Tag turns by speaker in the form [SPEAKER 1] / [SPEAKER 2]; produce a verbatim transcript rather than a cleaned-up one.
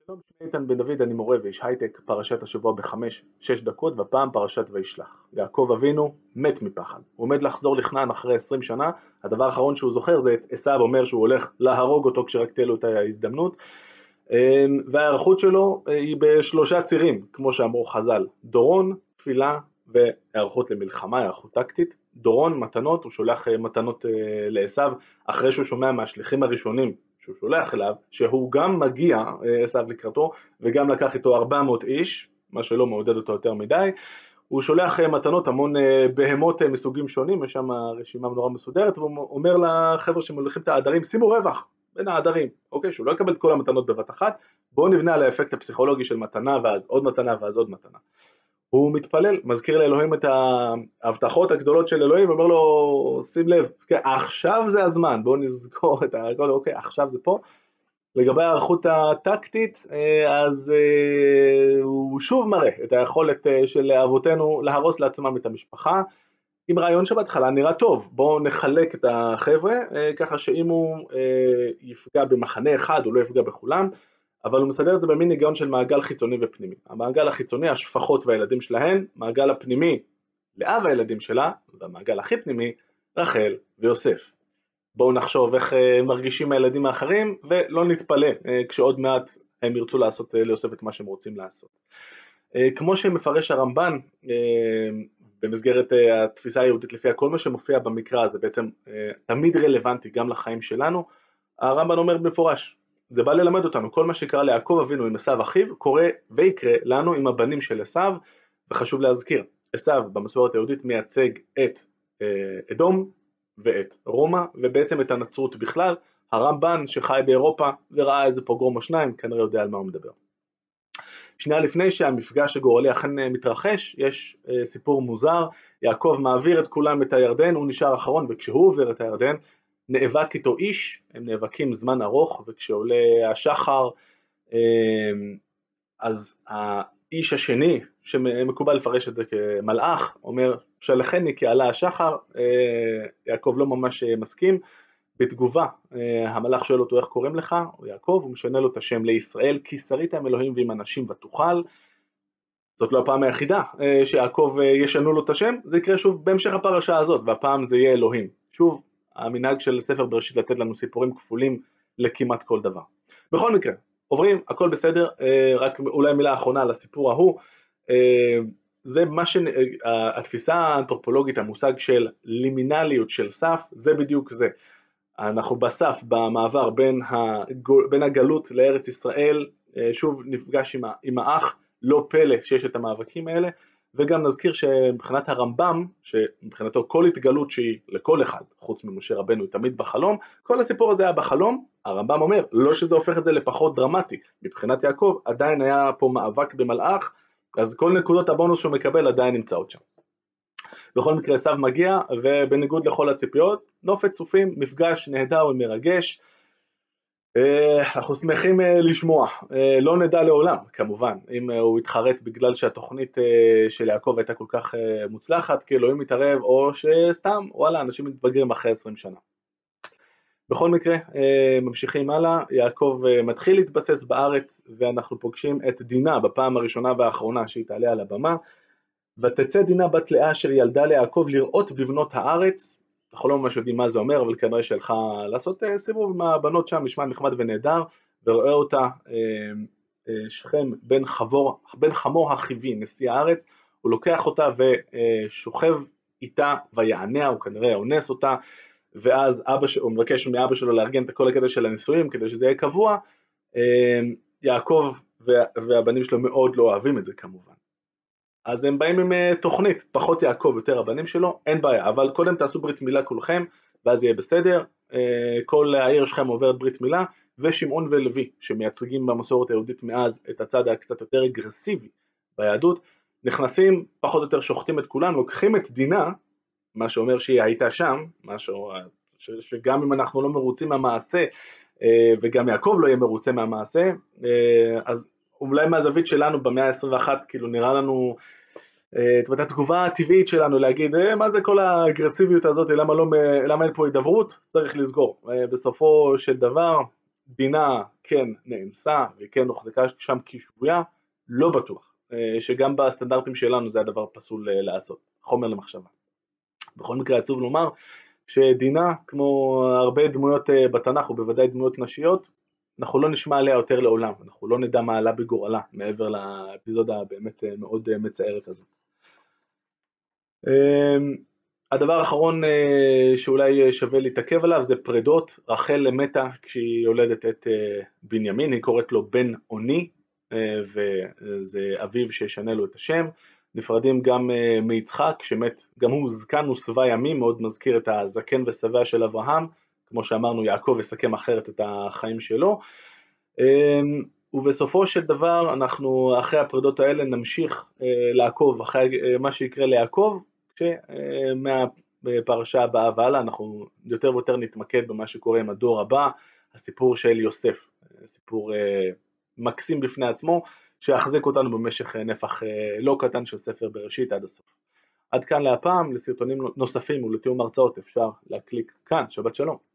[SPEAKER 1] שלום, שמי איתן בן דוד, אני מורה ואיש הייטק, פרשת השבוע בחמש, שש דקות, והפעם פרשת וישלח. יעקב אבינו מת מפחד. הוא עומד לחזור לכנען אחרי עשרים שנה, הדבר האחרון שהוא זוכר זה את עשיו אומר שהוא הולך להרוג אותו כשרק תהיה לו את ההזדמנות, וההיערכות שלו היא בשלושה צירים, כמו שאמרו חז"ל, דורון, תפילה והיערכות למלחמה, היערכות טקטית. דורון, מתנות, הוא שולח מתנות לעשיו, אחרי שהוא שומע מהשליחים הראשונים שהוא שולח אליו, שהוא גם מגיע, עשיו לקראתו, וגם לקח איתו ארבע מאות איש, מה שלא מעודד אותו יותר מדי. הוא שולח מתנות, המון בהמות מסוגים שונים, יש שם רשימה נורא מסודרת, והוא אומר לחבר'ה שמולכים את העדרים, שימו רווח בין העדרים, אוקיי, שהוא לא יקבל את כל המתנות בבת אחת, בואו נבנה על האפקט הפסיכולוגי של מתנה, ואז עוד מתנה, ואז עוד מתנה. הוא מתפלל, מזכיר לאלוהים את ההבטחות הגדולות של אלוהים, ואומר לו, שים לב, עכשיו זה הזמן, בואו נזכור את הכל, אוקיי, עכשיו זה פה. לגבי הערכות הטקטית, אז הוא שוב מראה את היכולת של אבותינו להרוס לעצמם את המשפחה, עם רעיון שבהתחלה נראה טוב, בואו נחלק את החבר'ה, ככה שאם הוא יפגע במחנה אחד, הוא לא יפגע בכולם, אבל הוא מסדר את זה במין היגיון של מעגל חיצוני ופנימי. המעגל החיצוני, השפחות והילדים שלהן, מעגל הפנימי, לאה והילדים שלה, והמעגל הכי פנימי, רחל ויוסף. בואו נחשוב איך מרגישים הילדים האחרים, ולא נתפלא כשעוד מעט הם ירצו לעשות ליוסף את מה שהם רוצים לעשות. כמו שמפרש הרמב"ן, במסגרת התפיסה היהודית לפיה כל מה שמופיע במקרא הזה בעצם תמיד רלוונטי גם לחיים שלנו, הרמב"ן אומר במפורש, זה בא ללמד אותנו, כל מה שקרה ליעקב אבינו עם עשיו אחיו, קורה ויקרה לנו עם הבנים של עשיו, וחשוב להזכיר, עשיו במסורת היהודית מייצג את אדום ואת רומא, ובעצם את הנצרות בכלל. הרמב"ן שחי באירופה וראה איזה פוגרום או שניים, כנראה יודע על מה הוא מדבר. שנייה לפני שהמפגש הגורלי אכן מתרחש, יש סיפור מוזר, יעקב מעביר את כולם את הירדן, הוא נשאר אחרון, וכשהוא עובר את הירדן, נאבק איתו איש, הם נאבקים זמן ארוך, וכשעולה השחר, אז האיש השני, שמקובל לפרש את זה כמלאך, אומר, שלחני כי עלה השחר, יעקב לא ממש מסכים, בתגובה, המלאך שואל אותו איך קוראים לך, הוא יעקב, הוא משנה לו את השם לישראל, כי שרית עם אלוהים ועם אנשים ותוכל, זאת לא הפעם היחידה שיעקב ישנו לו את השם, זה יקרה שוב בהמשך הפרשה הזאת, והפעם זה יהיה אלוהים, שוב, המנהג של ספר בראשית לתת לנו סיפורים כפולים לכמעט כל דבר. בכל מקרה, עוברים, הכל בסדר, רק אולי מילה אחרונה על הסיפור ההוא, זה מה שהתפיסה האנתרופולוגית, המושג של לימינליות של סף, זה בדיוק זה. אנחנו בסף, במעבר בין, הגול, בין הגלות לארץ ישראל, שוב נפגש עם, עם האח, לא פלא שיש את המאבקים האלה, וגם נזכיר שמבחינת הרמב"ם, שמבחינתו כל התגלות שהיא לכל אחד, חוץ ממשה רבנו, היא תמיד בחלום, כל הסיפור הזה היה בחלום, הרמב"ם אומר, לא שזה הופך את זה לפחות דרמטי, מבחינת יעקב עדיין היה פה מאבק במלאך, אז כל נקודות הבונוס שהוא מקבל עדיין נמצאות שם. בכל מקרה עשיו מגיע, ובניגוד לכל הציפיות, נופת צופים, מפגש נהדר ומרגש, אנחנו שמחים לשמוע, לא נדע לעולם כמובן, אם הוא התחרט בגלל שהתוכנית של יעקב הייתה כל כך מוצלחת, כי אלוהים מתערב, או שסתם, וואלה, אנשים מתבגרים אחרי עשרים שנה. בכל מקרה, ממשיכים הלאה, יעקב מתחיל להתבסס בארץ, ואנחנו פוגשים את דינה בפעם הראשונה והאחרונה שהיא תעלה על הבמה, ותצא דינה בת לאה אשר ילדה ליעקב לראות בבנות הארץ, אנחנו לא ממש יודעים מה זה אומר, אבל כנראה שהלכה לעשות סיבוב עם הבנות שם, נשמע נחמד ונהדר, ורואה אותה שכם בן, חבור, בן חמור החיבי, נשיא הארץ, הוא לוקח אותה ושוכב איתה ויעניה, הוא כנראה אונס אותה, ואז אבא, הוא מבקש מאבא שלו לארגן את כל הקטע של הנישואים, כדי שזה יהיה קבוע, יעקב והבנים שלו מאוד לא אוהבים את זה כמובן. אז הם באים עם תוכנית, פחות יעקב, יותר הבנים שלו, אין בעיה, אבל קודם תעשו ברית מילה כולכם, ואז יהיה בסדר, כל העיר שלכם עוברת ברית מילה, ושמעון ולוי, שמייצגים במסורת היהודית מאז את הצד הקצת יותר אגרסיבי ביהדות, נכנסים, פחות או יותר שוחטים את כולם, לוקחים את דינה, מה שאומר שהיא הייתה שם, משהו, שגם אם אנחנו לא מרוצים מהמעשה, וגם יעקב לא יהיה מרוצה מהמעשה, אז אולי מהזווית שלנו במאה ה-עשרים ואחת, כאילו נראה לנו, את אומרת, התגובה הטבעית שלנו להגיד, מה זה כל האגרסיביות הזאת, למה, לא, למה אין פה הידברות, צריך לסגור. בסופו של דבר, דינה כן נאנסה וכן הוחזקה שם כשבויה, לא בטוח, שגם בסטנדרטים שלנו זה הדבר פסול לעשות, חומר למחשבה. בכל מקרה עצוב לומר שדינה, כמו הרבה דמויות בתנ"ך ובוודאי דמויות נשיות, אנחנו לא נשמע עליה יותר לעולם, אנחנו לא נדע מה עלה בגורלה מעבר לאפיזודה הבאמת מאוד מצערת הזאת. הדבר האחרון שאולי שווה להתעכב עליו זה פרדות. רחל מתה כשהיא יולדת את בנימין, היא קוראת לו בן אוני, וזה אביו שישנה לו את השם. נפרדים גם מיצחק שמת, גם הוא זקן ושבע ימים, מאוד מזכיר את הזקן ושבע של אברהם, כמו שאמרנו יעקב יסכם אחרת את החיים שלו. ובסופו של דבר אנחנו אחרי הפרדות האלה נמשיך לעקוב אחרי מה שיקרה ליעקב, כשמהפרשה הבאה והלאה אנחנו יותר ויותר נתמקד במה שקורה עם הדור הבא, הסיפור של יוסף, סיפור מקסים בפני עצמו, שיחזק אותנו במשך נפח לא קטן של ספר בראשית עד הסוף. עד כאן להפעם, לסרטונים נוספים ולתיאום הרצאות אפשר להקליק כאן. שבת שלום.